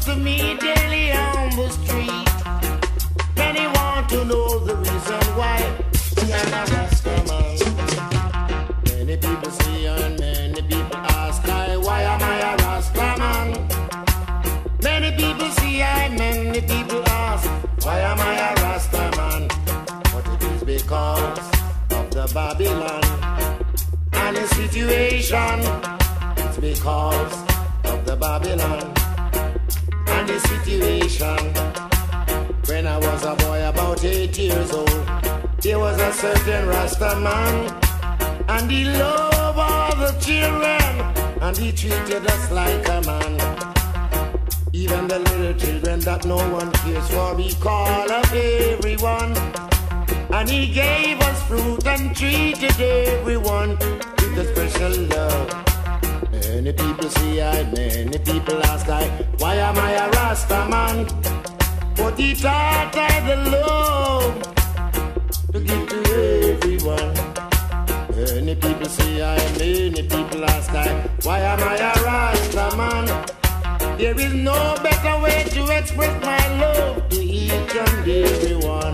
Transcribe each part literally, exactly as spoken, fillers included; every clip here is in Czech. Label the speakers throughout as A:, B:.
A: to me daily on the street. Many want to know the reason why I'm a Rasta man. Many people say and many people ask I, why am I a Rasta man? Many people see I, many people ask, why am I a Rasta man? But it is because of the Babylon and the situation. It's because of the Babylon and the situation. When I was a boy about eight years old, there was a certain Rasta man, and he loved all the children, and he treated us like a man. Even the little children that no one cares for, he called up everyone. And he gave us fruit and treated everyone with a special love. Many people say I, many people ask I, why am I a Rasta man? But he taught I the love to give to everyone. Many people say I, many people ask I, why am I a Rasta man? There is no better way to express my love to each and everyone.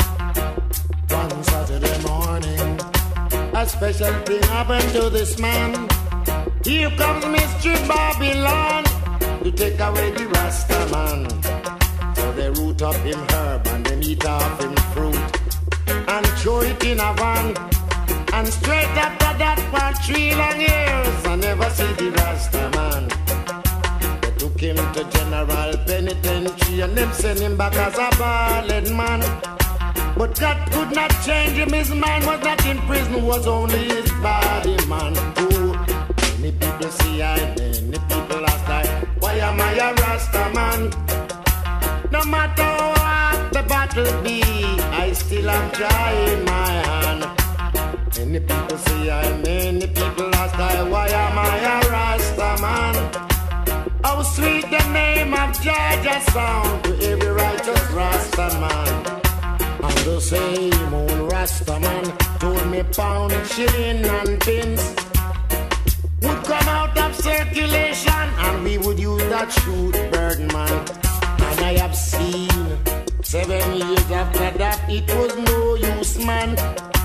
A: One Saturday morning, a special thing happened to this man. Here comes Mister Babylon to take away the Rasta man. So they root up him herb and they eat off him fruit and throw it in a van. And straight after that for three long years I never see the Rasta man. Took him to General Penitentiary and them sent him back as a bald man. But God could not change him, his mind was not in prison, was only his body, man. Oh, many people see I, many people ask I, why am I a Rasta man? No matter what the battle be, I still am trying my hand. Many people see I, many people ask I, why am I a Rasta man? How sweet the name of Jaja sound to every righteous Rasta man. And the same old Rasta man told me pound, shilling and pins would come out of circulation and we would use that shoot bird man. And I have seen seven years after that it was no use man.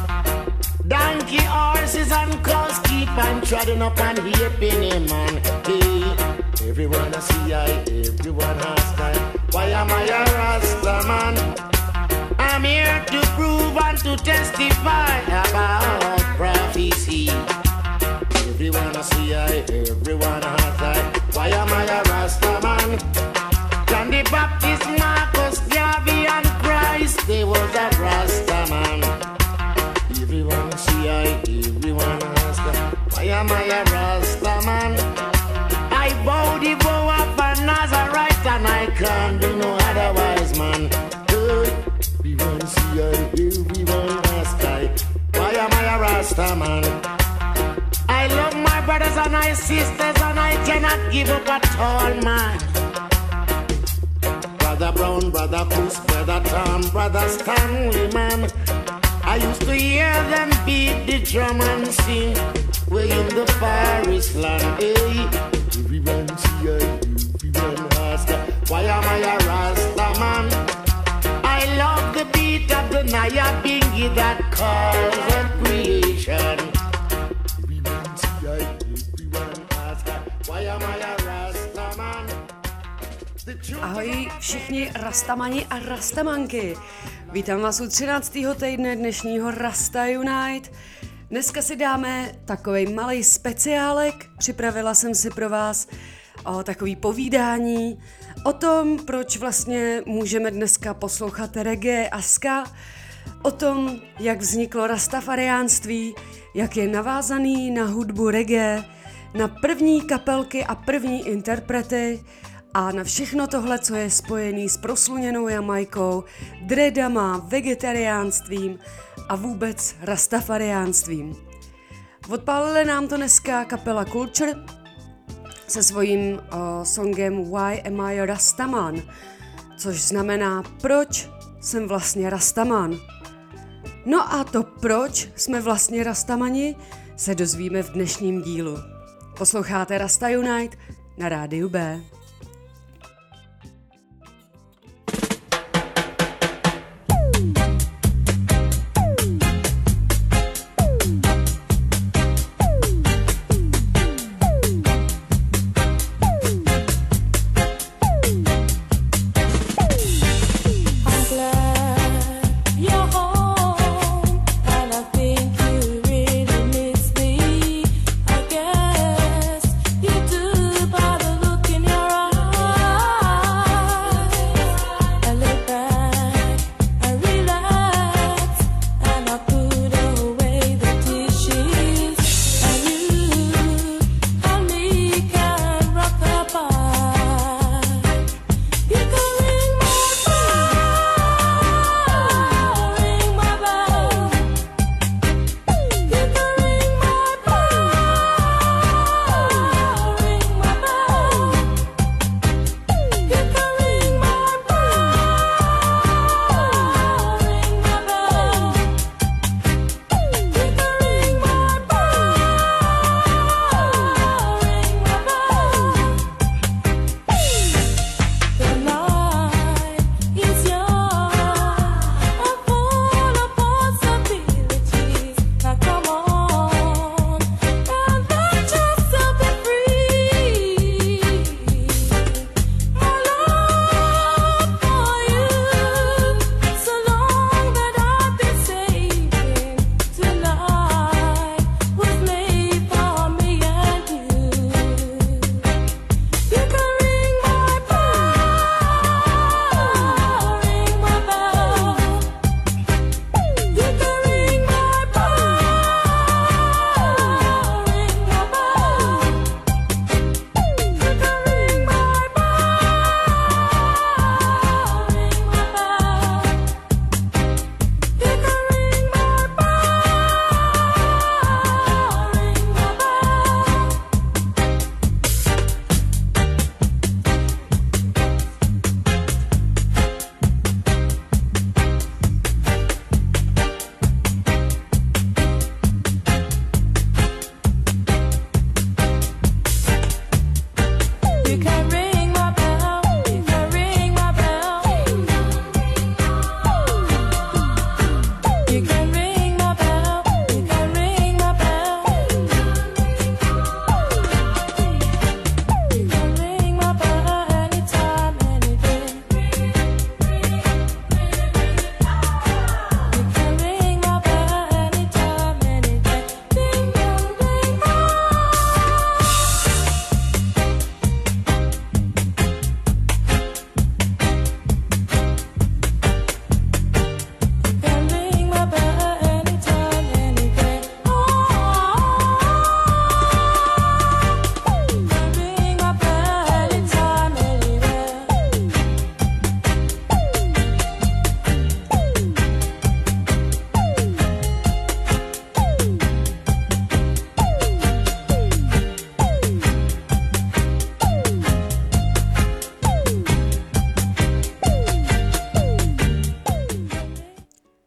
A: Donkey, horses and cows keep on treading up and heaping him man. Hey, everyone I see I, everyone ask I, why am I a Rasta man? I'm here to prove and to testify about prophecy. Everyone I see I, everyone ask I, why am I a Rasta man? John the Baptist, Marcus, Garvey and Christ, they was a Rasta man. Everyone see I, everyone ask I, why am I a Rasta man? I bow the bow up a Nazarite and I can't do no otherwise, man. Hey, everyone see I, everyone ask I, why am I a Rasta man? I love my brothers and my sisters and I cannot give up at all, man. Brother Brown, Brother Coos, Brother Tom, Brother Stanley, man. I used to hear them beat the drum and sing way in the forest land, hey. Everyone see I, everyone ask I, why am I a Rasta man? I love the beat of the Naya Bingy that calls on creation. Everyone see I, everyone ask I, why am I a Rasta man?
B: Ahoj všichni rastamani a rastamanky. Vítám vás u třináctého týdne dnešního Rasta Unite. Dneska si dáme takovej malej speciálek. Připravila jsem si pro vás o, takový povídání o tom, proč vlastně můžeme dneska poslouchat reggae a ska, o tom, jak vzniklo rastafariánství, jak je navázaný na hudbu reggae, na první kapelky a první interprety a na všechno tohle, co je spojený s prosluněnou Jamajkou, dreadama, vegetariánstvím a vůbec rastafariánstvím. Odpálili nám to dneska kapela Culture se svým uh, songem Why am I a Rastaman, což znamená proč jsem vlastně rastaman. No a to proč jsme vlastně rastamani se dozvíme v dnešním dílu. Posloucháte Rasta Unite na rádiu B.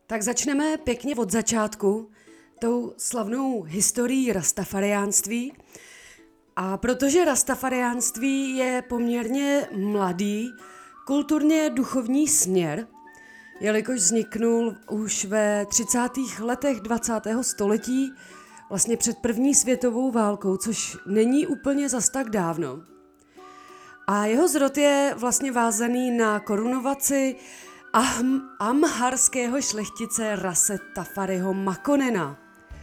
B: Tak začneme pěkně od začátku, tou slavnou historií rastafariánství. A protože rastafariánství je poměrně mladý, kulturně duchovní směr, jelikož vzniknul už ve třicátých letech dvacátého století, vlastně před první světovou válkou, což není úplně zas tak dávno. A jeho zrod je vlastně vázaný na korunovaci Ahm, amharského šlechtice Rase Tafariho Makonena.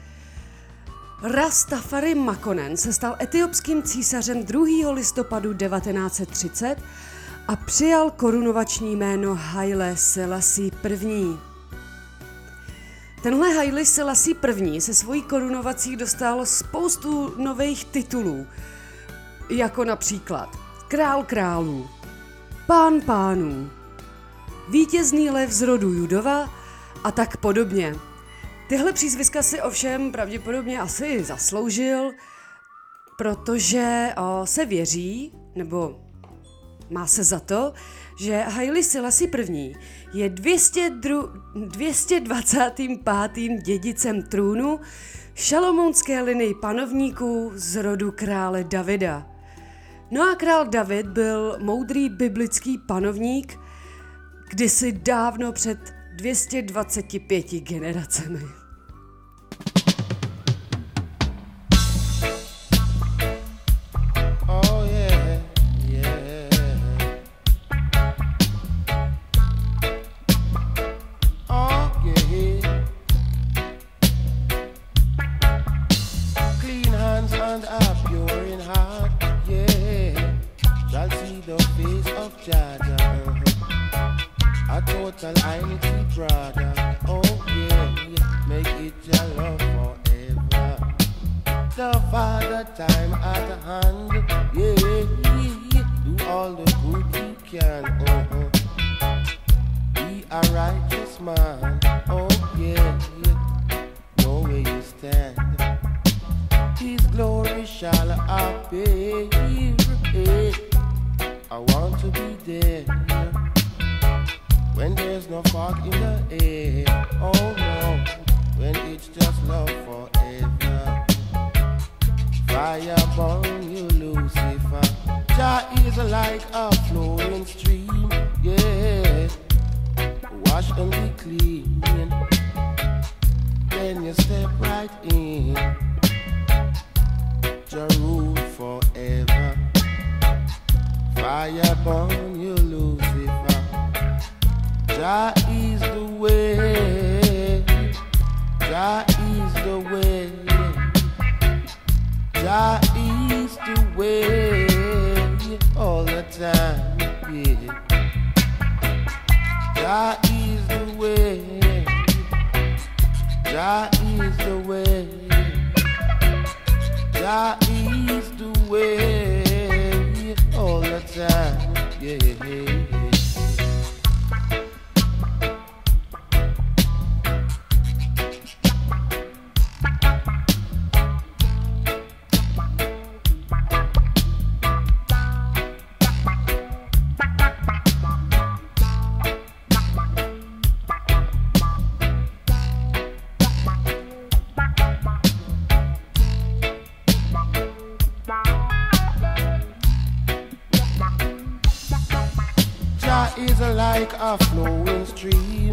B: Ras Tafari Makonen se stal etiopským císařem druhého listopadu devatenáct set třicet a přijal korunovační jméno Haile Selassie I. Tenhle Haile Selassie I. se svojí korunovací dostal spoustu nových titulů, jako například Král králů, Pán pánů, Vítězný lev z rodu Judova a tak podobně. Tyhle přízviska si ovšem pravděpodobně asi zasloužil, protože o, se věří, nebo má se za to, že Haile Selassie I. je dvě stě dvacátým pátým dědicem trůnu šalomounské linii panovníků z rodu krále Davida. No a král David byl moudrý biblický panovník, kdysi dávno před dvěma sty dvaceti pěti generacemi.
A: Oh yeah, yeah. Oh yeah. Clean hands and a pure in heart, yeah. Shall see the face of Jah. A total unity brother, oh yeah, yeah, make it your love forever. The Father time at hand, yeah, yeah, yeah. Do all the good he can, uh-huh. Be a righteous man, oh yeah, yeah. Know where you stand. His glory shall appear, yeah. I want to be there. When there's no fog in the air, oh no, when it's just love forever. Fire burn you, Lucifer. Jah is like a flowing stream, yeah. Wash and be clean, then you step right in. Jah rule forever. Fire burn you, Lucifer. Jah is the way, Jah is the way, Jah is the way, all the time, yeah. Jah is the way, Jah is the way, Jah is the way, all the time, yeah. Is like a flowing stream,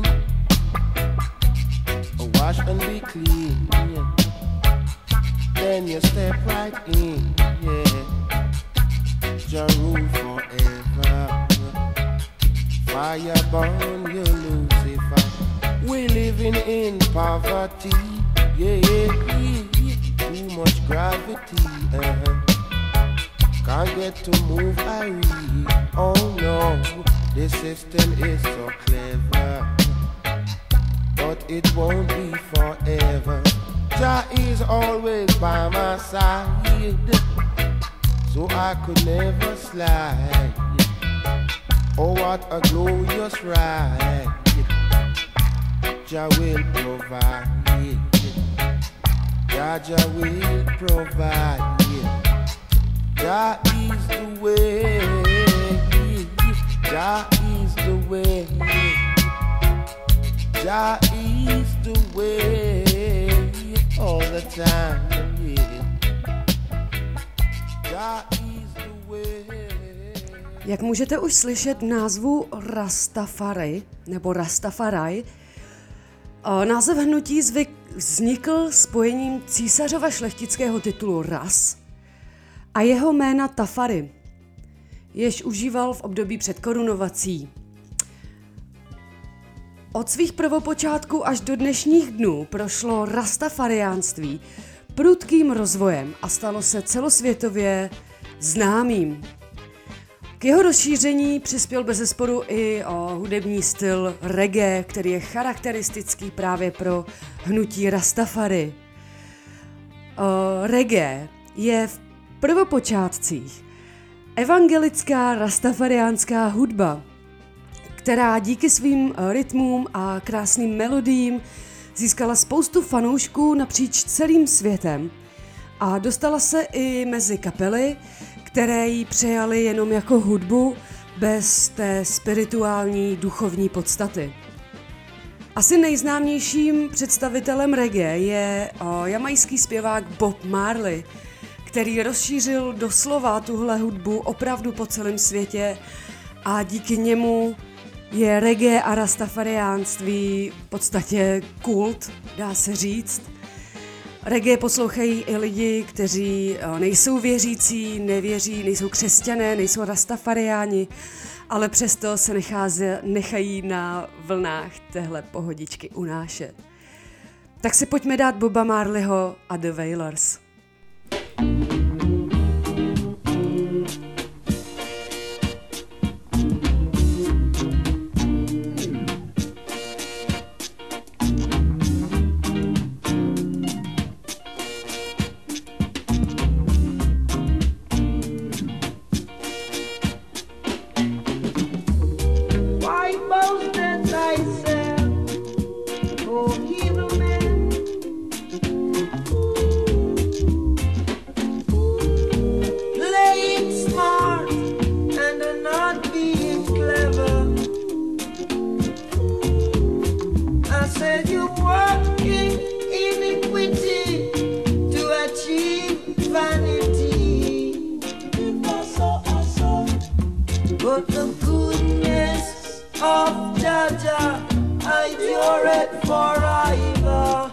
A: wash and be clean, yeah. Then you step right in, yeah. Jah rule forever, fire burn you, Lucifer. We living in poverty, yeah, yeah, yeah. Too much gravity, uh-huh. Can't get to move, I read, oh no. This system is so clever, but it won't be forever. Jah is always by my side, so I could never slide. Oh, what a glorious ride. Jah will provide, Jah, Jah will provide. Jah is the way, Jah is the way, Jah is way all the time, yeah. God is the way.
B: Jak můžete už slyšet v názvu Rastafari, nebo Rastafari, název hnutí zvyk vznikl spojením císařova šlechtického titulu Ras a jeho jména Tafari, jež užíval v období před korunovací. Od svých prvopočátků až do dnešních dnů prošlo rastafariánství prudkým rozvojem a stalo se celosvětově známým. K jeho rozšíření přispěl bezesporu i o hudební styl reggae, který je charakteristický právě pro hnutí Rastafari. O, reggae je v prvopočátcích evangelická rastafariánská hudba, která díky svým rytmům a krásným melodiím získala spoustu fanoušků napříč celým světem a dostala se i mezi kapely, které ji přejaly jenom jako hudbu bez té spirituální duchovní podstaty. Asi nejznámějším představitelem reggae je o, jamajský zpěvák Bob Marley, který rozšířil doslova tuhle hudbu opravdu po celém světě a díky němu je reggae a rastafariánství v podstatě kult, dá se říct. Reggae poslouchají i lidi, kteří nejsou věřící, nevěří, nejsou křesťané, nejsou rastafariáni, ale přesto se necháze, nechají na vlnách téhle pohodičky unášet. Tak si pojďme dát Boba Marleyho a The Wailers.
A: But the goodness of Jaja endureth forever.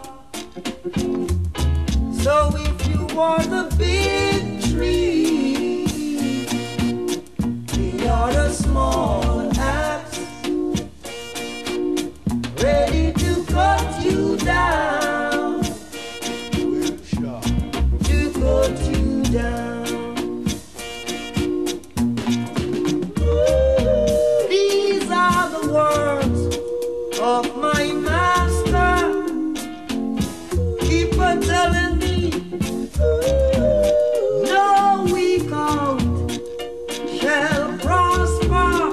A: So if you are the big tree, we are the small axe, ready to cut you down, to cut you down. Of my master, keep on telling me, no weak out shall prosper,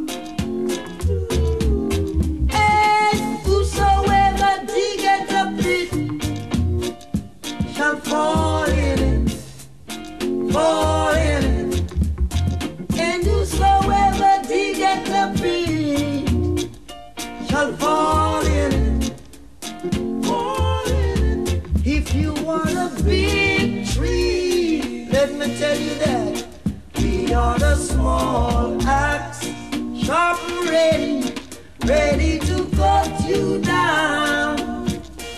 A: and whosoever diggeth a pit shall fall in it, fall in it, and whosoever diggeth a pit shall fall in it, fall in it. If you want a big tree, let me tell you that we are the small axe, sharp and ready, ready to cut you down,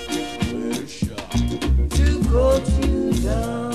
A: to cut you down.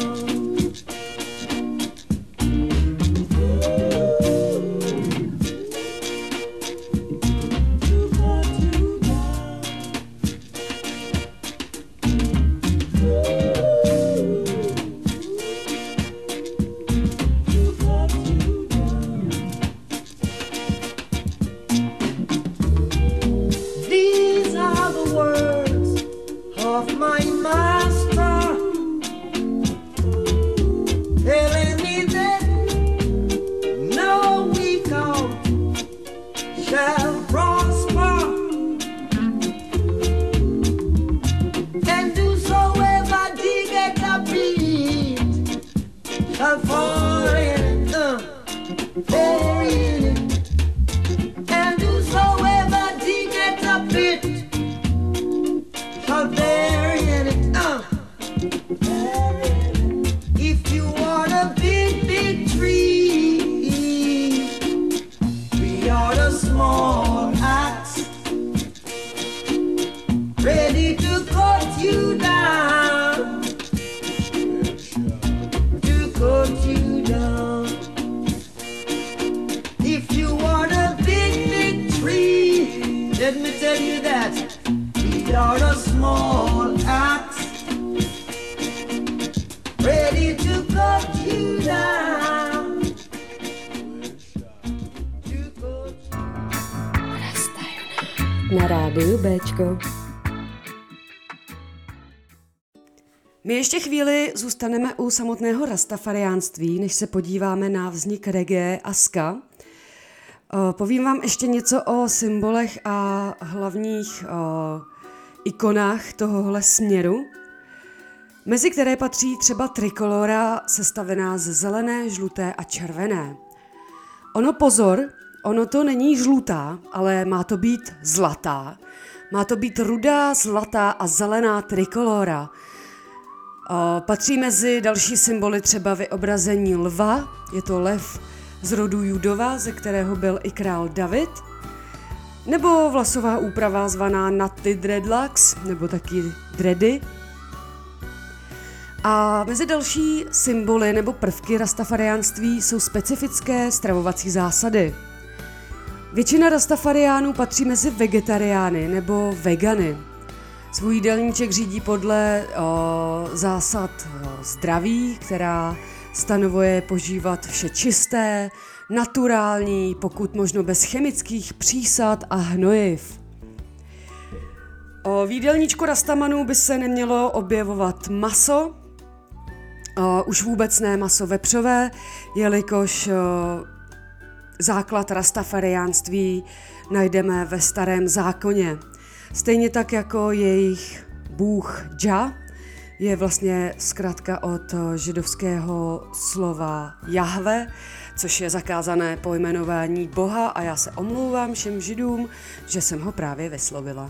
A: Let me tell you that we are a small axe, ready to cut you down.
B: Na rádiu Béčko. My ještě chvíli zůstaneme u samotného rastafariánství, než se podíváme na vznik reggae a ska. Povím vám ještě něco o symbolech a hlavních o, ikonách tohohle směru, mezi které patří třeba trikolora sestavená ze zelené, žluté a červené. Ono pozor, ono to není žlutá, ale má to být zlatá. Má to být rudá, zlatá a zelená trikolora. O, patří mezi další symboly třeba vyobrazení lva, je to lev z rodu Judova, ze kterého byl i král David, nebo vlasová úprava zvaná natty dreadlocks, nebo taky dready. A mezi další symboly nebo prvky rastafariánství jsou specifické stravovací zásady. Většina rastafariánů patří mezi vegetariány nebo vegany. Svůj jídelníček řídí podle o, zásad o, zdraví, která stanovuje požívat vše čisté, naturální, pokud možno bez chemických přísad a hnojiv. O, v jídelníčku rastamanů by se nemělo objevovat maso, o, už vůbec ne maso vepřové, jelikož o, základ rastafariánství najdeme ve Starém zákoně. Stejně tak jako jejich bůh Dža je vlastně zkratka od židovského slova Jahve, což je zakázané pojmenování Boha, a já se omlouvám všem židům, že jsem ho právě vyslovila.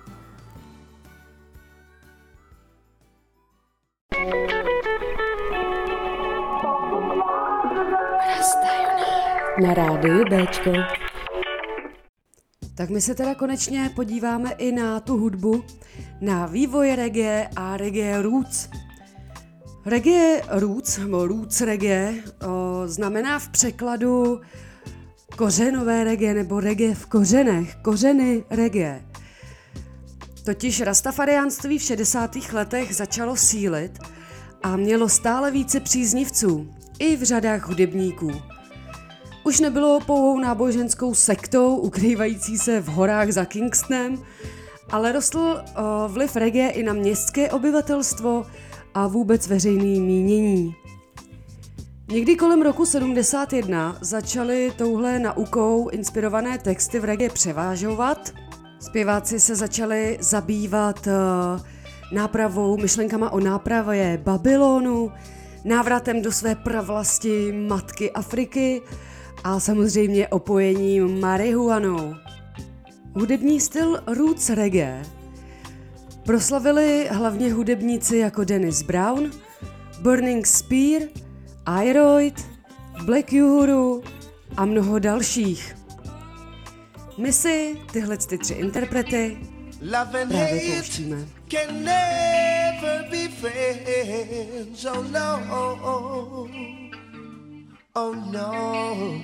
B: Na rádiu Béčko. Tak my se teda konečně podíváme i na tu hudbu, na vývoj reggae a reggae roots. Reggae roots, nebo roots reggae, o, znamená v překladu kořenové reggae nebo reggae v kořenech, kořeny reggae. Totiž rastafariánství v šedesátých letech začalo sílit a mělo stále více příznivců, i v řadách hudebníků. Už nebylo pouhou náboženskou sektou ukrývající se v horách za Kingstonem, ale rostl o, vliv reggae i na městské obyvatelstvo a vůbec veřejné mínění. Někdy kolem roku sedmdesát jedna začaly touhle naukou inspirované texty v reggae převážovat. Zpěváci se začali zabývat o, nápravou, myšlenkama o nápravě Babylonu, návratem do své pravlasti matky Afriky a samozřejmě opojením marihuanou. Hudební styl roots reggae proslavili hlavně hudebníci jako Dennis Brown, Burning Spear, Iroid, Black Uhuru a mnoho dalších. My si tyhle ty tři interprety právě pouštíme.
A: Can never be friends, oh no, oh no.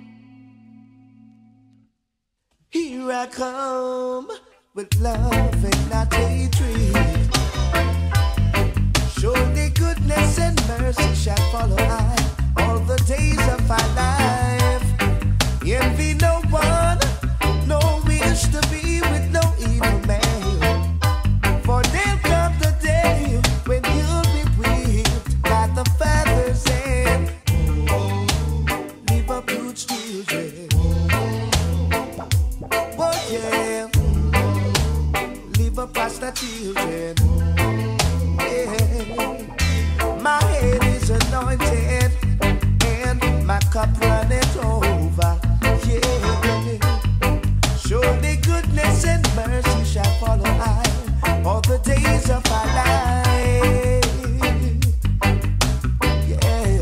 A: Here I come with love and not hatred. Surely goodness and mercy shall follow I all the days of my life. Envy no one, no wish to be with no evil man. For there'll come the day when you'll be whipped by the feathers and leave up roots children. Oh yeah, leave up Rasta children. Yeah. My head is anointed and my cup runneth over. Yeah. Surely goodness and mercy shall follow I all the days of my life. Yeah.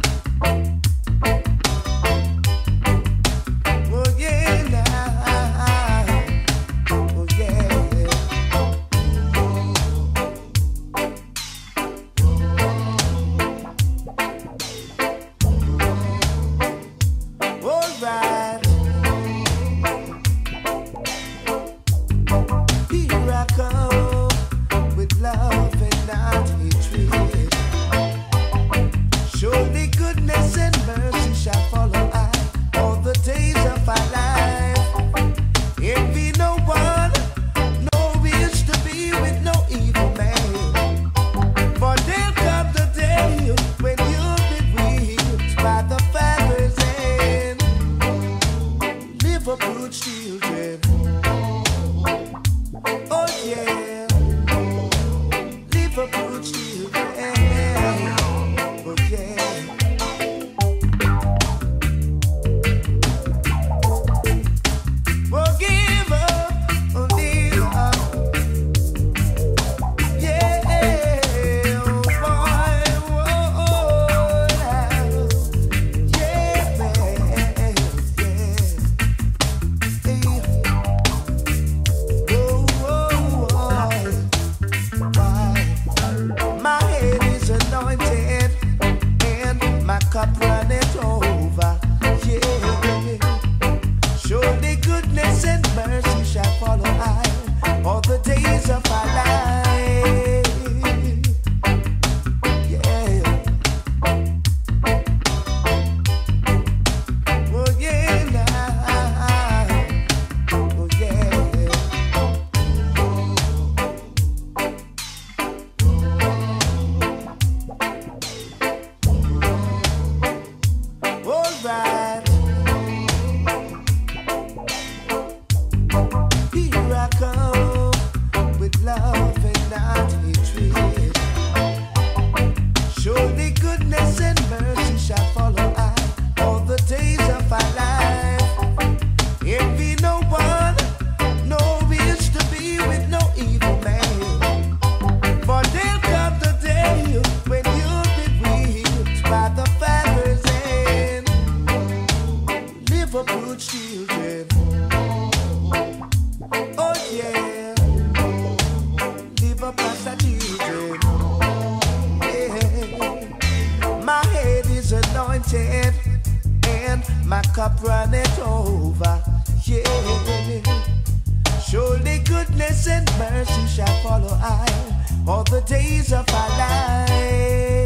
A: Oh yeah, now. Oh yeah. cup runneth over. Yeah. Surely goodness and mercy shall follow I all the days of our life.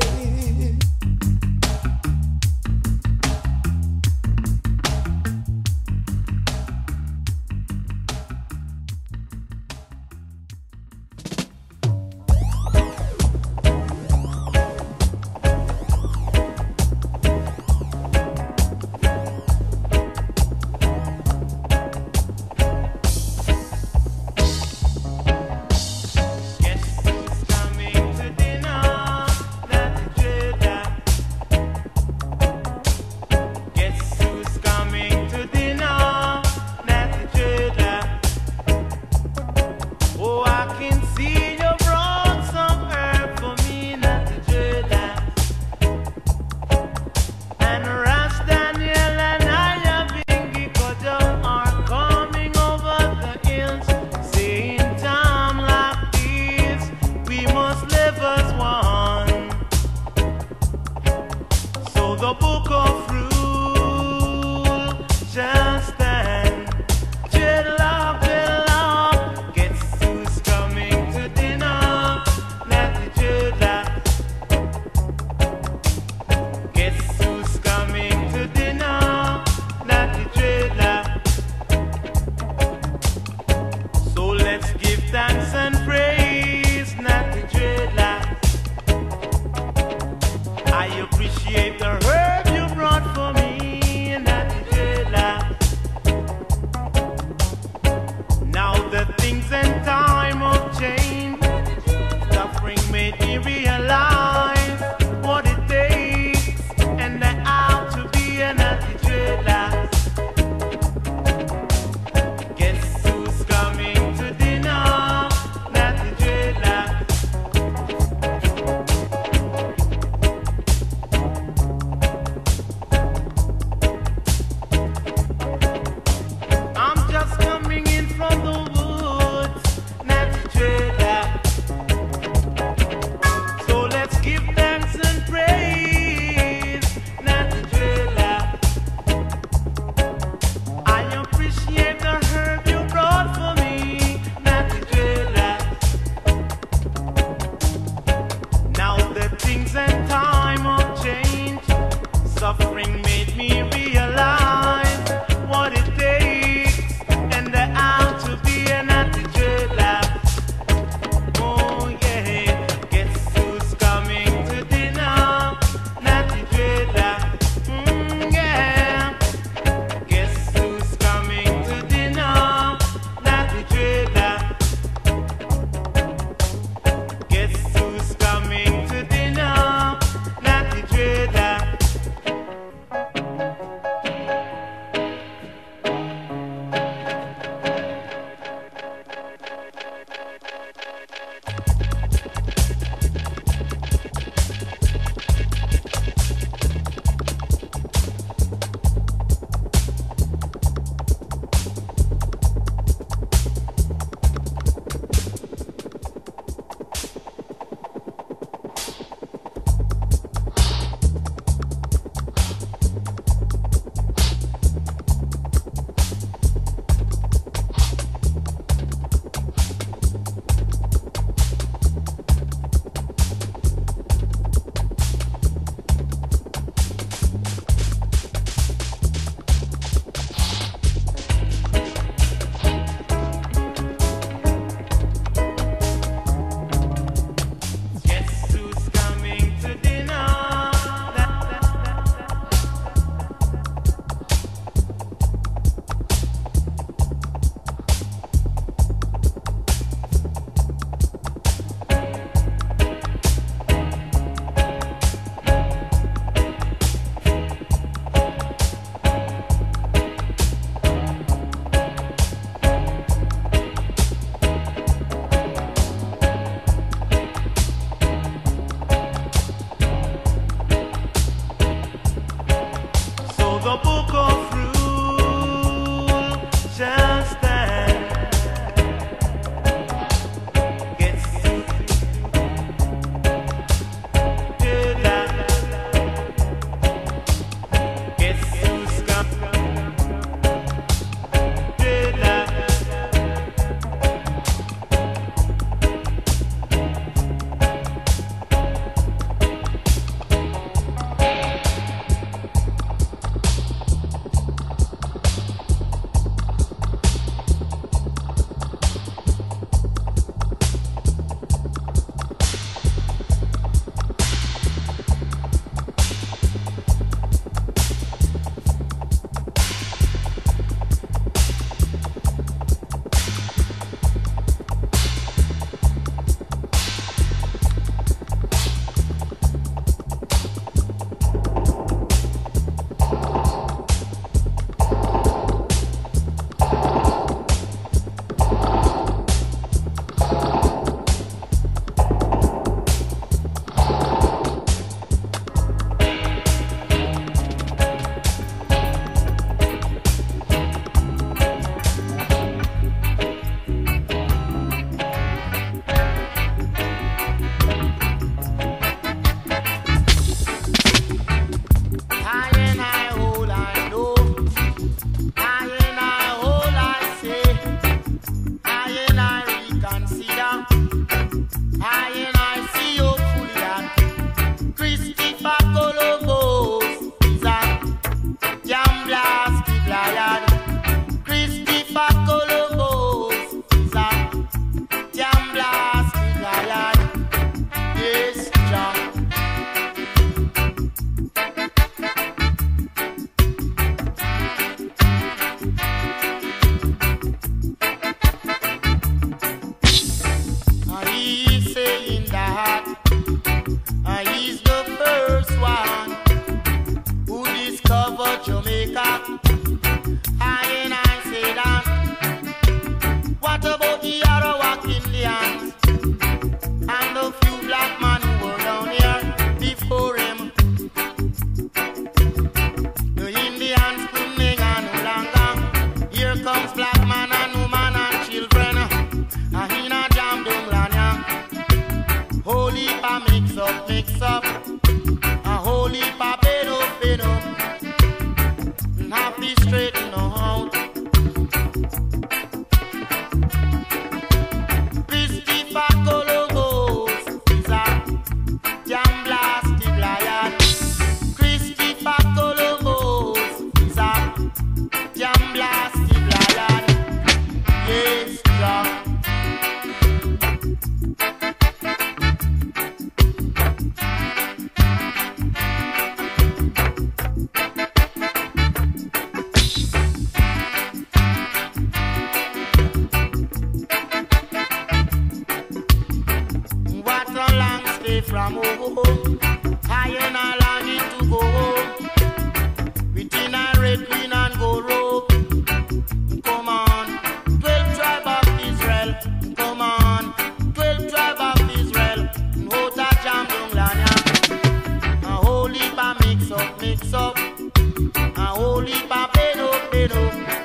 A: from home. I and I longing to go home. Within a red, green and gold robe. Come on, twelve tribe of Israel. Come on, twelve tribe of Israel. Hota jam dung lanya. A whole heap of mix up, mix up. A whole heap of pedo, pedo.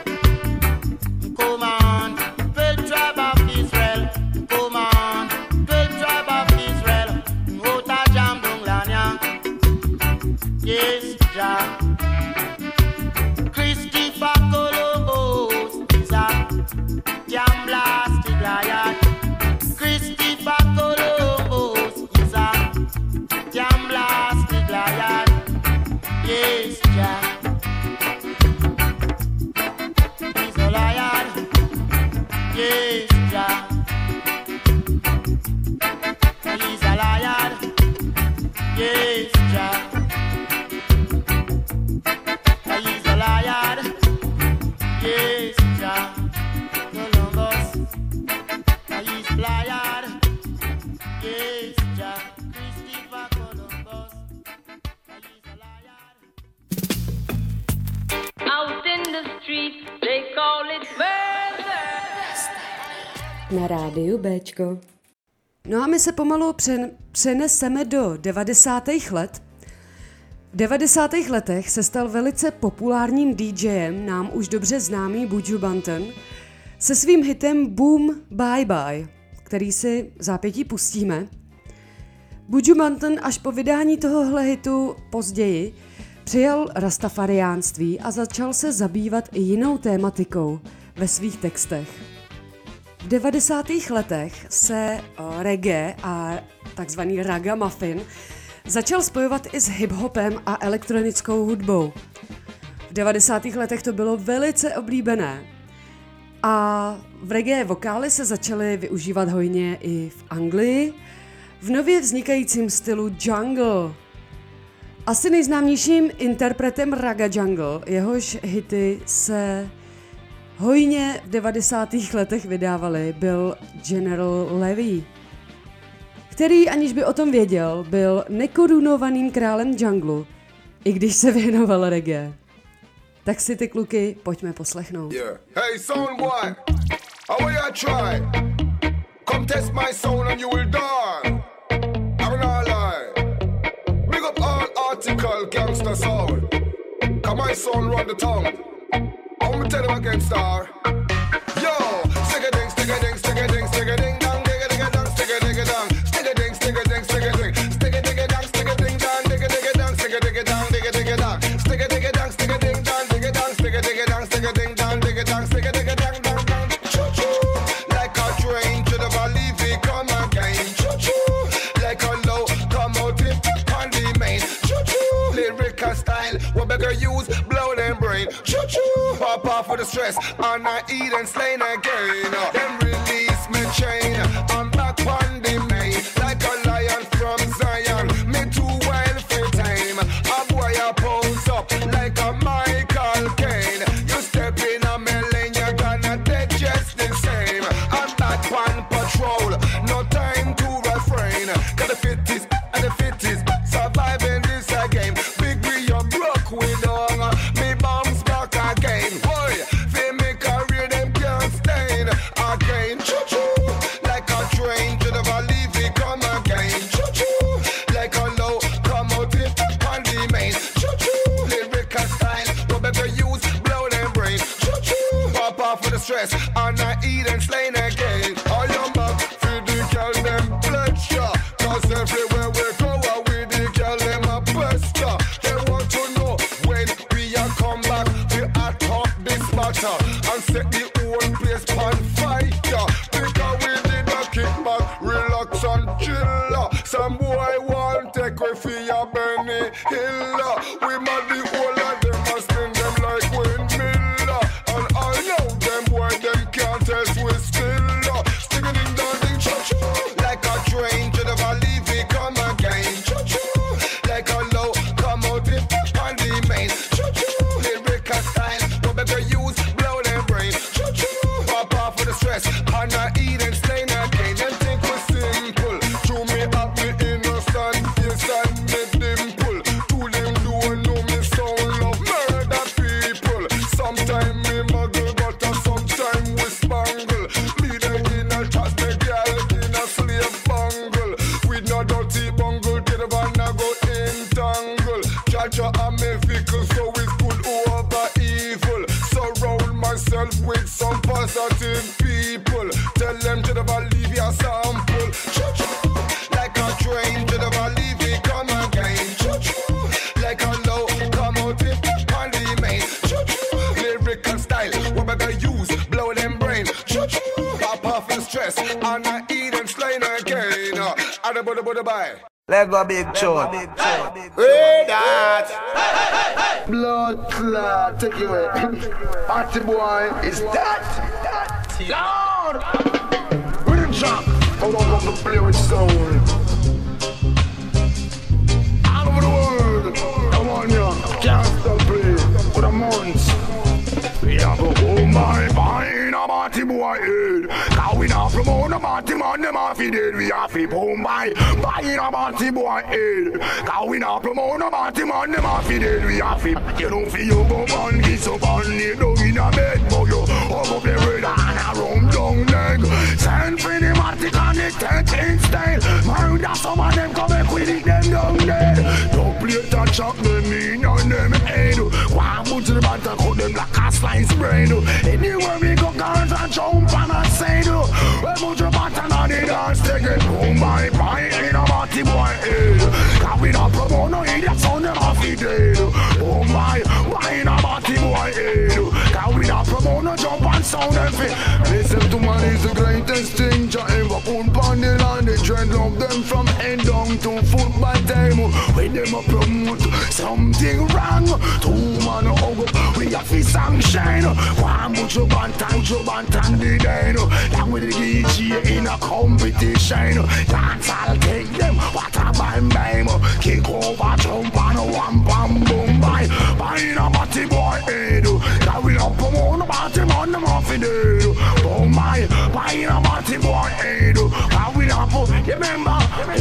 A: Come on, twelve tribe of Israel. Come on, twelve tribe of Israel. Hota jam dung lanya. Yes, Jah. Christopher Columbus is a damn blasted lion. Christopher Columbus is a damn blasted lion. Yes, Jah. He's a lion. Yes, Jah. He's a lion. Yes, Jah. He's a lion. Yes, Jah. Columbus. He's a lion. Yes, Jah. Christopher Columbus. He's a lion.
C: Out in the street, they call it murder.
B: Na rádiu Béčko. No a my se pomalu přen, přeneseme do devadesátých let. V devadesátých letech se stal velice populárním DJem, nám už dobře známý Buju Banton, se svým hitem Boom Bye Bye, který si v zápětí pustíme. Buju Banton až po vydání tohohle hitu později přijal rastafariánství a začal se zabývat i jinou tématikou ve svých textech. V devadesátých letech se reggae a takzvaný ragamuffin začal spojovat i s hip-hopem a elektronickou hudbou. V devadesátých letech to bylo velice oblíbené. A v reggae vokály se začaly využívat hojně i v Anglii, v nově vznikajícím stylu jungle. Asi nejznámějším interpretem Raga Jungle, jehož hity se hojně v devadesátých letech vydávaly, byl General Levy, který, aniž by o tom věděl, byl nekorunovaným králem junglu, i když se věnoval reggae. Tak si ty kluky pojďme poslechnout.
D: Yeah. Hey, sound boy, how will you try? Come test my sound and you will die. I'm not lie. Big up all article gangster sound. Come my sound run the tongue. I'm gonna tell them again, star. Yo, stick a ding, stick a ding, stick a ding, stick a ding, dong, dig a dig a dong, stick a dig a dong, stick a ding, stick a ding, stick a ding, stick a dig a dong, stick a ding dong, dig a dig a dong, stick a dig a dong, dig a dig a dong, stick a dig a dong, stick a ding dong, dig a dong, stick a dig a dong, stick a ding dong, dig a dong, stick a dig a dong, dong dong. Choo choo, like a train to the valley, we come again. Choo choo, like a low, come out in on the main. Choo choo, lyrical style, what better use, blow them brain. Choo choo, pop off for the stress, and I eat and slay again. Then release me chain, I'm back on the main, like a lion from Zion. Me too wild for time, a boy a pose up like a Michael Caine. You step in a my lane, you're gonna dead just the same. I'm back on patrol, no time to refrain. Cause the fittest and the fittest surviving this game. Big we are broke with on, me bombs back again. Boy, feel me career them can't stain again. Choo choo, like a train to the valley we come again. Choo choo, like a low come out in on the main. Choo choo, lyrical style, what better use, blow them brain. Choo choo, pop off for the stress, and I eat and slain again. I am back for the girl them pleasure, cause everywhere we go with the girl them a pester. They want to know when we are come back, we are top this matter and set the whole place on fire. Because we did a kick back, relax and chill. Some boy want take away for your Benny Hill. We mad the whole of them and spin them like windmill. And I know them boy them can't test we still. Sticking in down the choo-choo, like a train to the valley we come again. Choo-choo, like a low come out in on the main. Choo-choo, lyrical style, no better use, blow them brain. Choo-choo, pop off for the stress, and I eat and slain again. Them think we simple, chew me up me innocent yourself with some positive people. Tell them to never leave your sample. Choo-choo. Like a train to never leave it, come again. Choo-choo. Like a locomotive on the main. Choo-choo. Lyrical style, what we gonna use? Blow them brain. Choo-choo. Pop off the stress, and I eat them slain again. And the body body bye.
E: Let's go big tune.
D: Hey, that. Blood clot, take it away. Party boy, is that? Lord! Rhythm shop. Hold on, come to play with sound. All over the world. Come on, yo. Can't stop playing for the months. We have a oh my fine a party boy head. Cause we not promote a party man, them off he dead. We have to boom by buying a party boy head. Cause we not promote a party man, them off he dead. We have to you don't feel you go on, kiss up on it, don't in a bed, but you over the red and a rum down leg. Send for the matic and the tent in style. Murder some of them come back with it, them down there. Don't play that chop them in on them head. One put to the banter, cut them like a slice bread. Anywhere we go, guns and jump and I say do. We put your button on the dance, take it boom by by in a party boy head. Cause we not promote no idiot sound them off the dead. Boom by by in a party boy head. Cause we not promote no jump and sound them fit. Listen to man is the greatest thing to ever put on the land. They dreadlock them from head down to foot by time. When them a promote something wrong, two man hug up, we have to sanction. One put your bantan, your bantan the day. Down with the D J in a competition. Dance I'll take them, what a bam bam. Kick over, jump on a one bam boom by. Buying a party boy head. That we up on a party man, them off in there. Boom by, buying a party boy head. That we up, you remember?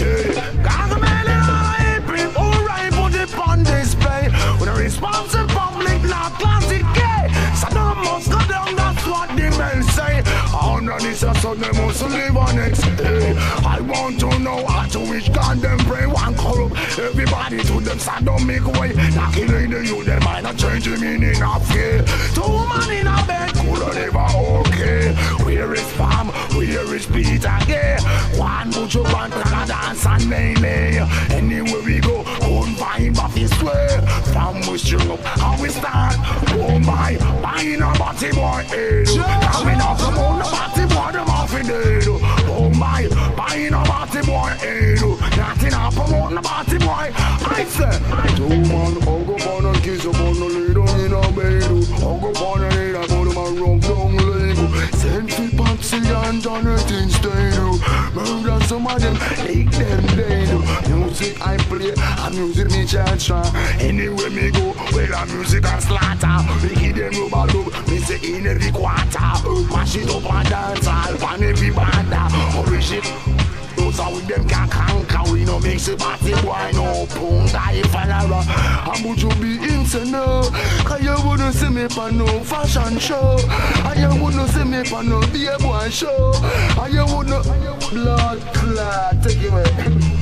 D: Cause I'm in April, alright, put it on display. With a responsive public, not classic gay. So no must go down, that's what the men say. Under this, so they must live on next day. I want to know how to which God them pray. One call up everybody to them, so don't make way. Not killing the youth, they might not change the meaning of fear. Two man in a bed, could never okay. Where is Pam? Where is Peter? Yeah. One put your band and dance and melee. Anywhere we go, couldn't find but this way. From we string up, how we start. Oh my, buying a party boy head. Coming off the moon, the party boy, them off in dead. Oh my, buying a party boy head. Nothing up a moon, the party boy. I said, two man, I'll go on and kiss up on the little in a bed. I'll go on and eat up on my rum down leg. Send for Patsy and Jonathan stay. Murder some of them, take them dead. Music I play, and music me charge. Anywhere me go, well a music and slaughter. We give them rubber love, me say in every quarter. Mash it up and dance all on every banda. Hurry shit, those are with them can conquer. We no mix it party boy, no punk guy follower. And would you be insane now? Cause you wouldn't see me for no fashion show. And you wouldn't see me for no beer boy show. And you wouldn't blood clot, take it away.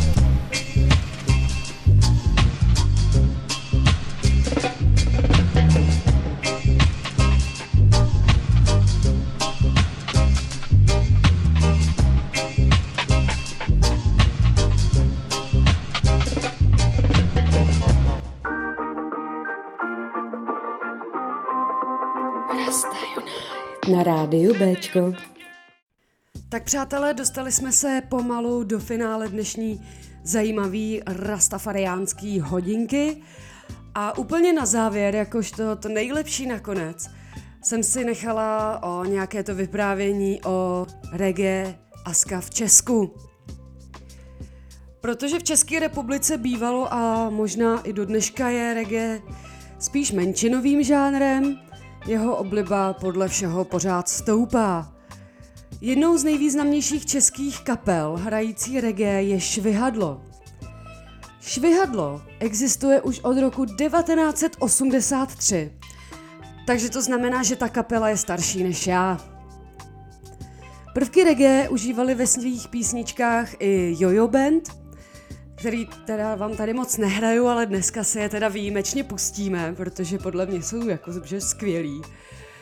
B: Na rádiu Béčko. Tak přátelé, dostali jsme se pomalu do finále dnešní zajímavý rastafariánský hodinky a úplně na závěr, jakožto to nejlepší nakonec, jsem si nechala o nějaké to vyprávění o reggae a ska v Česku. Protože v České republice bývalo a možná i do dneška je reggae spíš menšinovým žánrem, jeho obliba podle všeho pořád stoupá. Jednou z nejvýznamnějších českých kapel hrající reggae je Švihadlo. Švihadlo existuje už od roku devatenáct set osmdesát tři, takže to znamená, že ta kapela je starší než já. Prvky reggae užívali ve svých písničkách i Jojo Band, který teda vám tady moc nehraju, ale dneska si je teda výjimečně pustíme, protože podle mě jsou jako že skvělí.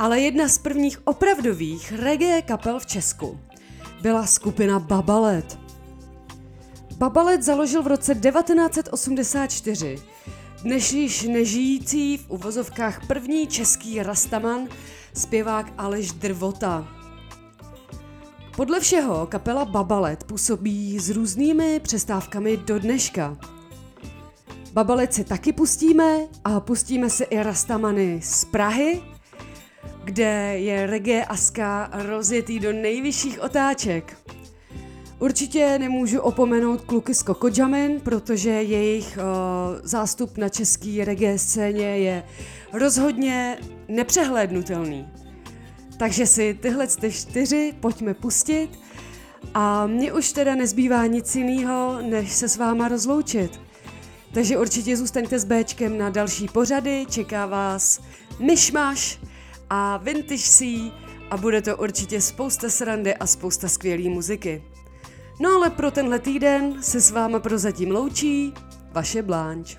B: Ale jedna z prvních opravdových reggae kapel v Česku byla skupina Babalet. Babalet založil v roce devatenáct set osmdesát čtyři dnes již nežijící v uvozovkách první český rastaman, zpěvák Aleš Drvota. Podle všeho kapela Babalet působí s různými přestávkami do dneška. Babalet si taky pustíme a pustíme si i rastamany z Prahy, kde je reggae a ska rozjetý do nejvyšších otáček. Určitě nemůžu opomenout kluky z Coco Jamin, protože jejich uh, zástup na český reggae scéně je rozhodně nepřehlédnutelný. Takže si tyhle ty čtyři pojďme pustit a mně už teda nezbývá nic jiného, než se s váma rozloučit. Takže určitě zůstaňte s Béčkem na další pořady, čeká vás Myšmaš a Vintage C a bude to určitě spousta srandy a spousta skvělý muziky. No ale pro tenhle týden se s váma prozatím loučí vaše Blanche.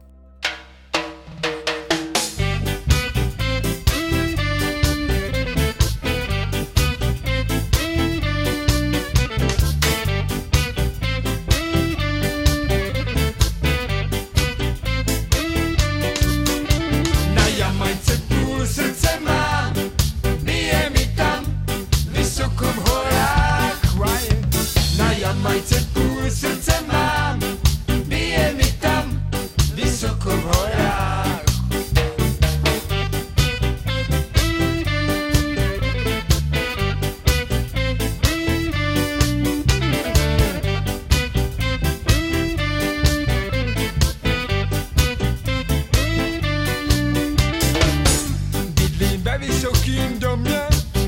E: Na Jamajce půl srdce mám, bije mi tam vysoko v horách. Na Jamajce půl srdce mám, bije mi tam vysoko v horách. Bydlím ve vysokým domě,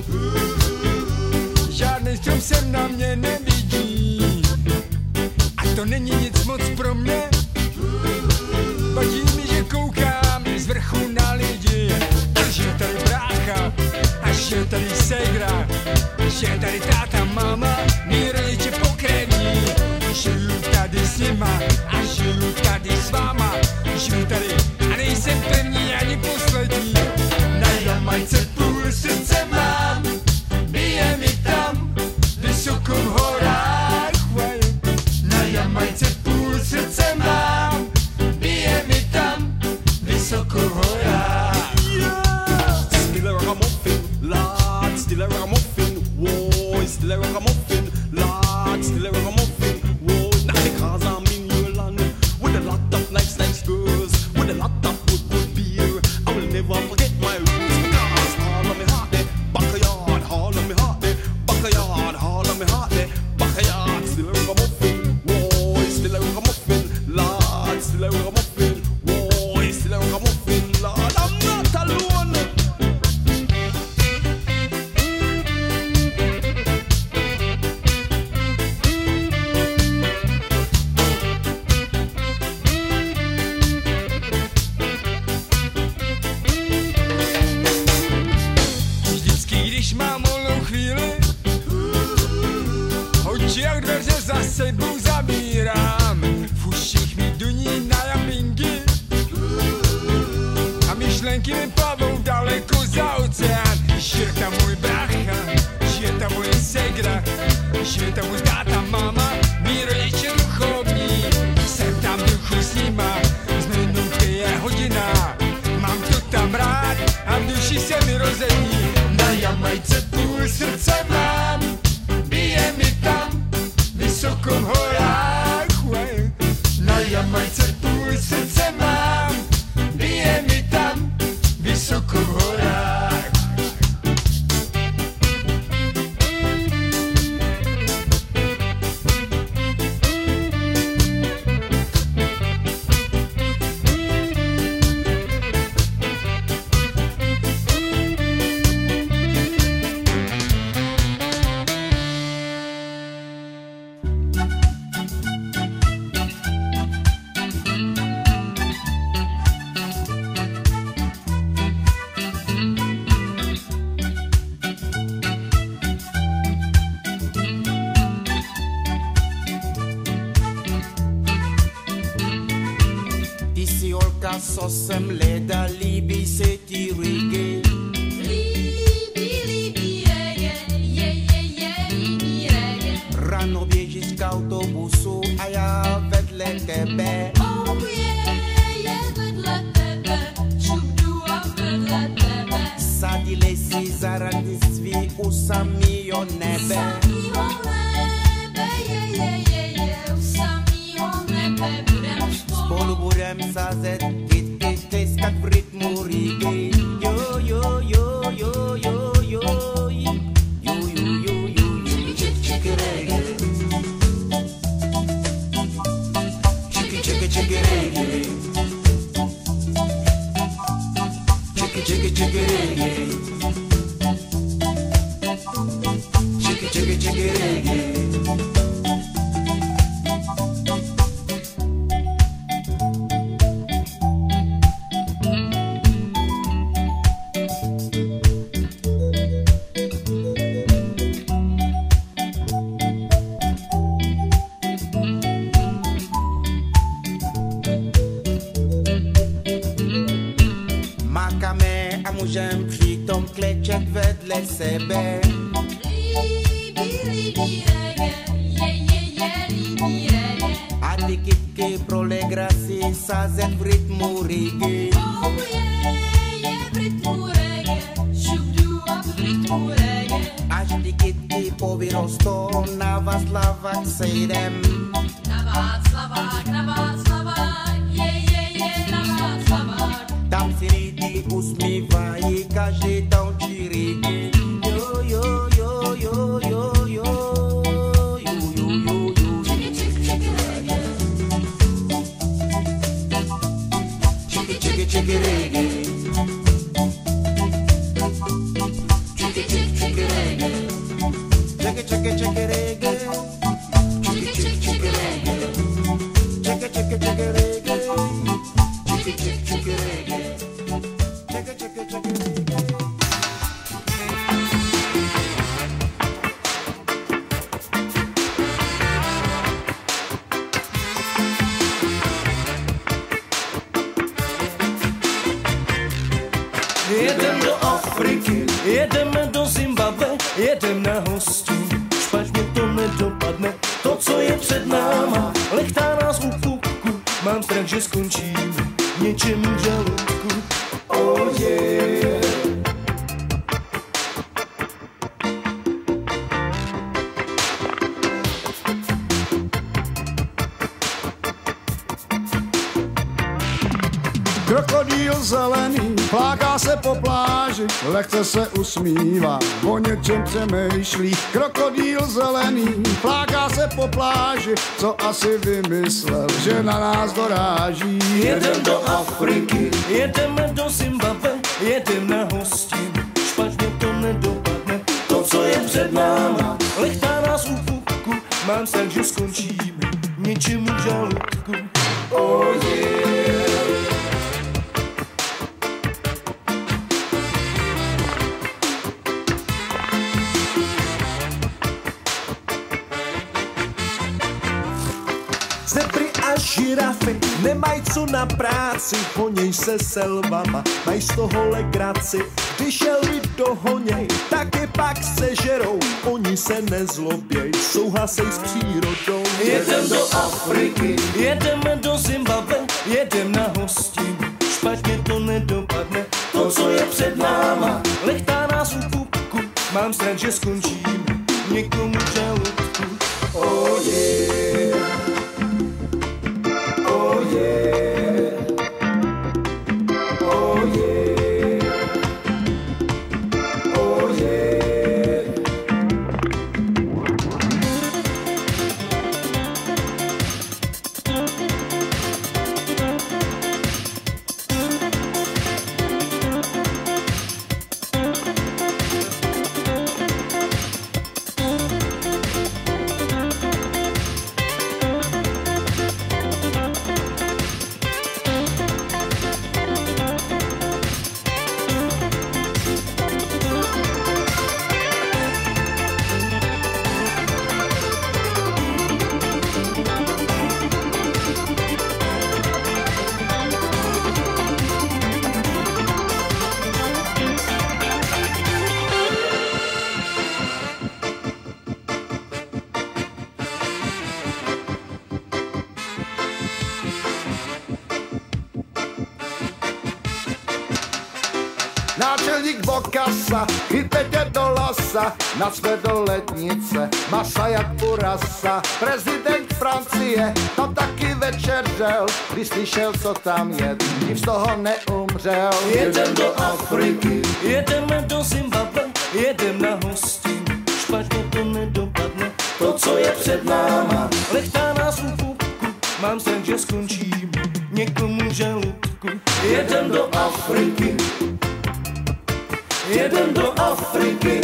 E: žádný strom sem na mě nevidí. A to není nic moc pro mě, vadí mi, že koukám z vrchu na lidi. A že je tady brácha, a že je tady ségra, že je tady táta, máma, mý rodiče pokrevní. Žiju tady s nima a žiju tady s váma. Žiju tady a nejsem první ani poslední. Na Jamajce půl srdce mám, bije mi tam vysoko v horách. Na Jamajce půl srdce mám, bije mi tam vysoko v horách.
F: Still a ragamuffin, lad, still a ragamuffin, whoa, still a ragamuffin, lad, still a ragamuffin, whoa. Not because I'm in your land with a lot of nice, nice girls, with a lot of good, good beer. I will never forget my roots because all of me heart there, backyard, all of me heart there, backyard, all of me heart there, backyard. Still a ragamuffin, whoa, still a ragamuffin, lad, still a ragamuffin, whoa, still a ragamuffin, lad. I'm not alone.
E: Vždycky, když mám volnou chvíli, oči jak dveře za sebou zavírám. V uších mi duní na japinky a myšlenky mi plavou daleko za oceán. Žije tam můj brácha, žije tam moje ségra, žije tam můj táta, máma, mý rodiče duchovní. Jsem tam v duchu s nima, z minutky je hodina. Mám to tam rád a v duši se mi rozedí. Na Jamajce půl srdce mám, bije mi tam vysoko v horách. Na Jamajce půl srdce mám, bije mi tam vysoko v horách.
A: Co jsem leda, líbí se ti reggae.
G: ráno běžíš k autobusu a já vedle tebe.
H: Oh yeah, je vedle tebe, šup a vedle tebe.
G: Sadili si za randství u samýho nebe.
H: Samýho nebe, je, je, je, je, u samýho nebe budem spolu.
G: Spolu budem sázet kytky, tleskat v rytmu reggae. Jo, jo, jo, jo, jo, jo, jo, jo, jo, jo, čiki, čiki, reggae. Čiki, čiki, čiki, reggae. Čiki, čiki, čiki, reggae. Čiki, čiki, čiki, reggae. Můžem přitom klečet vedle sebe.
H: Líbí, líbí reggae, je, je, je, líbí reggae.
G: A ty kytky pro legraci sázet v rytmu reggae.
H: Oh yeah, je v rytmu reggae, šup a v rytmu reggae.
G: Až ty kytky povyrostou, na Václavák sejdem.
H: Na Václavák, na Václavák, je, je, je, na Václavák.
G: Tam si lidi usmívají, každý tančí reggae. Jo, jo, jo, jo, jo, jo, jo, jo, jo, jo.
H: Čiki, čiki, čiki, reggae.
G: Čiki, čiki, čiki, reggae. Čiki, čiki, čiki, reggae. Čiki, čiki, čiki, reggae. Čiki, čiki, čiki, reggae. Čiki, čiki, čiki, reggae. Čiki, čiki, čiki, reggae. Čiki, čiki, čiki, reggae.
F: Jedem do Afriky, jedeme do Zimbabwe, jedem na hostinu, špatně to nedopadne, to, co je před náma, lechtá nás u pupku, mám strach, že skončím něčem v žaludku. Oh yeah.
I: Krokodýl zelený pláká se po pláži, lehce se usmívá, o něčem přemýšlí. Krokodýl zelený pláká se po pláži, co asi vymyslel, že na nás doráží.
F: Jedem do Afriky, jedeme do Zimbabwe, jedem na hostinu, špatně to nedopadne, to, co je před náma, lechtá nás u pupku, mám strach, že skončíme něčem v žaludku. Oh yeah.
J: Zebry a žirafy nemají co na práci, honěj se selvama, mají z toho legraci. Když je lid dohoněj, tak je pak sežerou, oni se nezloběj, souhlasej s přírodou.
F: Jedem do Afriky, jedeme do Zimbabwe, jedem na hostinu, špatně to nedopadne, to, co je před náma, lechtá nás u pupku, mám strach, že skončím někomu v žaludku. Oh yeah. Oh yeah. Oh yeah. Oh yeah.
I: Vždyť bokasa, chyte tě do lasa, nacve do lednice, masa jak u rasa. Prezident Francie tam taky večeřel, když slyšel, co tam je, tím z toho neumřel.
J: Jedem do Afriky, jedeme do Zimbabwe, jedem na hostí, špatně to nedopadne, to, co je před náma. Lechtá nás u pupku, mám sen, že skončím někomu žaludku. Jedem do Afriky, jedem do Afriky,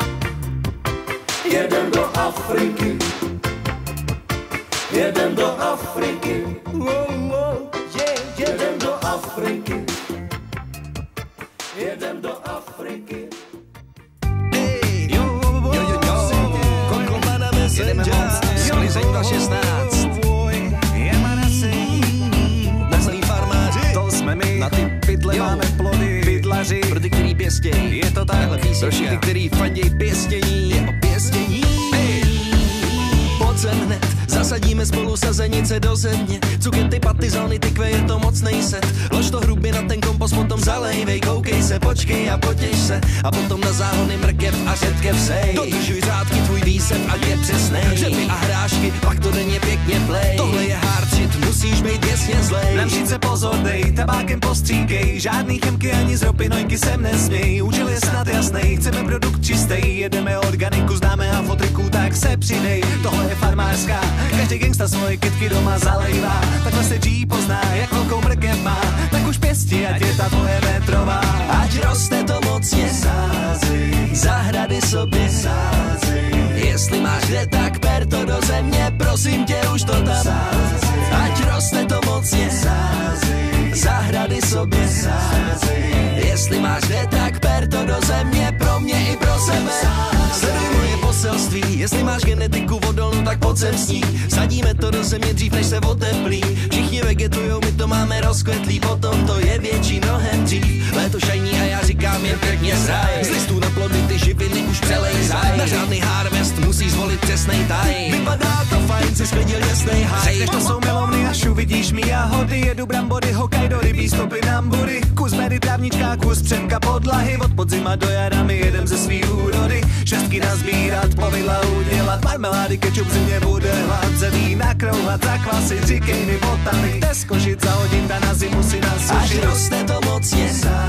J: jedem do Afriky, jedem do Afriky, wow, wow, yeah, jedem do Afriky, jedem do Afriky.
K: Hey, jo, jo, jo, jo, Kokoma na Messenger, sklizeň dva šestnáct. Na zlý farmáři, to jsme my, na ty pytle máme plody, pytlaři, pro ty, který pěstějí, je to takhle písnička, pro ty, který fanděj pěstění, je o pěstění. Hey. Pojď sem hned, zasadíme spolu sazenice do země, cukety, paty, zóny, tykve, je to mocnej set. Lož to hrubě na ten kompost, potom zalejvej, koukej se, počkej a potěš se, a potom na záhony mrkev a řetkev sej. Dodržuj řádky, tvůj výsev, ať je přesnej, řepy a hrášky, pak to denně pěkně play. Tohle je hard shit, musíš být věcně zlej.
L: Na mříce pozor dej, tabákem postříkej, žádný chemky ani z ropy, nojky sem nesměj. Účel je snad jasnej, chceme produkt čistej, jedeme organiku, známe a fotriku, tak se přidej. Tohle je farmářská, každý gangsta svoje kytky doma zalejvá. Takhle se G pozná, jak velkou mrkev má, tak už pěsti, ať je ta tvoje metrová.
K: Ať roste to mocně, sázej, zahrady sobě sázej. Jestli máš kde, tak per to do země, prosím tě, už to tam sázej. Ať roste to mocně, sázej, zahrady sobě sázej. Jestli máš kde, tak per to do země, pro mě i pro sebe. Sleduj moje poselství, jestli máš genetiku odolnou, tak pojď sem s ní. Sadíme to do země dřív, než se oteplí. Všichni vegetujou, my to máme rozkvetlý, potom to je větší mnohem dřív. Léto šajní a já říkám jen pěkně zraj. Z listů na plody ty živiny už přelejzaj. Na žádný harvest musíš zvolit přesnej taj.
L: Vypadá to fajn, si sklidil jasnej haj. Když to jsou milovny, až uvidíš mi jahody. Jedu brambory, Hokkaido, rybí stopy nambury. Kus medy, trávnička, kus přemka podlahy. Od podzima do jara my jedem ze svý úrody. Šestky nazbírat, povidla udělat. Marmelády, kečup, zimě bude hlad. Zemí nakrouhat, zakvasit, říkej mi botany. Teskožit za hodin, ta na zimu si nasušit.
K: Ať roste to mocně,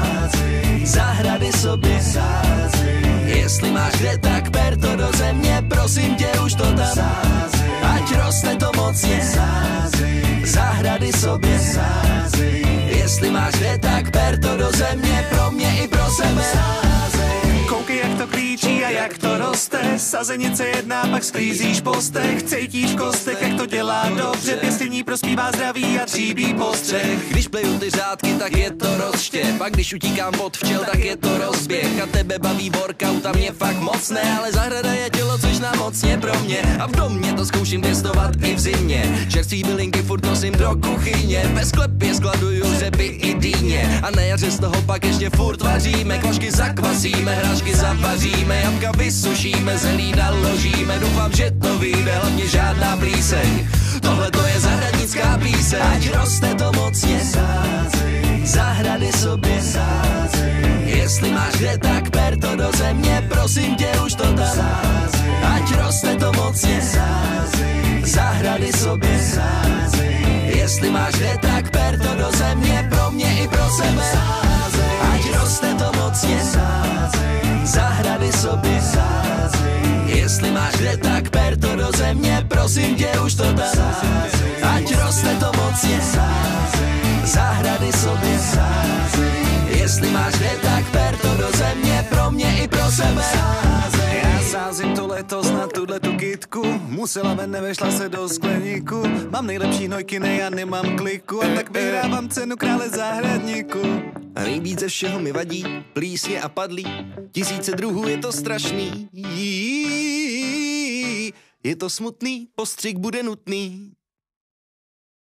K: sázej, zahrady sobě sázej. Jestli máš kde, tak per to do země, prosím tě, už to tam sázej. Ať roste to mocně, sázej, zahrady sobě sázej. Jestli máš kde, tak per to do země, pro mě i pro sebe sázej.
L: Koukej, jak to klíčí a jak to roste. Sazenice jedná, pak sklízíš po stech. Cítíš v kostech, jak to dělá dobře. Pěstění prospívá zdraví a tříbí postřeh.
K: Když pleju ty řádky, tak je to rozštěp. Pak když utíkám od včel, tak je to rozběh. A tebe baví workout a mě fakt moc ne. Ale zahrada je tělo, což na mocně pro mě. A v domě to zkouším pěstovat i v zimě. Čerství bylinky furt nosím do kuchyně. Ve sklepě skladuju řepy i dýně. A na jaře z toho pak ještě furt vaříme. Kvašky zakvasíme, hrášky zavaříme. Jabka vysušíme, zelí naložíme. Doufám, že to vyjde, hlavně žádná plíseň. Tohle to je zahradnická píseň. Ať roste to mocně, sázej, zahrady sobě sázej. Jestli máš kde, tak per to do země, prosím tě, už to tam sázej. Ať roste to mocně, sázej, zahrady sobě sázej. Jestli máš kde, tak per to do země, pro mě i pro sebe sázej. Ať roste to mocně, sázej, zahrady sobě sázej. Jestli máš kde, tak per to do země, prosím tě, už to tam sázej. Ať roste to mocně, sázej, zahrady sobě sázej. Jestli máš kde, tak per to do země, pro mě i pro sebe sázej.
L: Já sázím to letos na tuhle tu kytku. Musela ven, nevešla se do skleníku. Mám nejlepší hnojky, ne, já nemám kliku. A tak vyhrávám cenu krále zahradníku.
K: A nejvíc ze všeho mi vadí plísně a padlí. Tisíce druhů, je to strašný. Je to smutný, postřik bude nutný.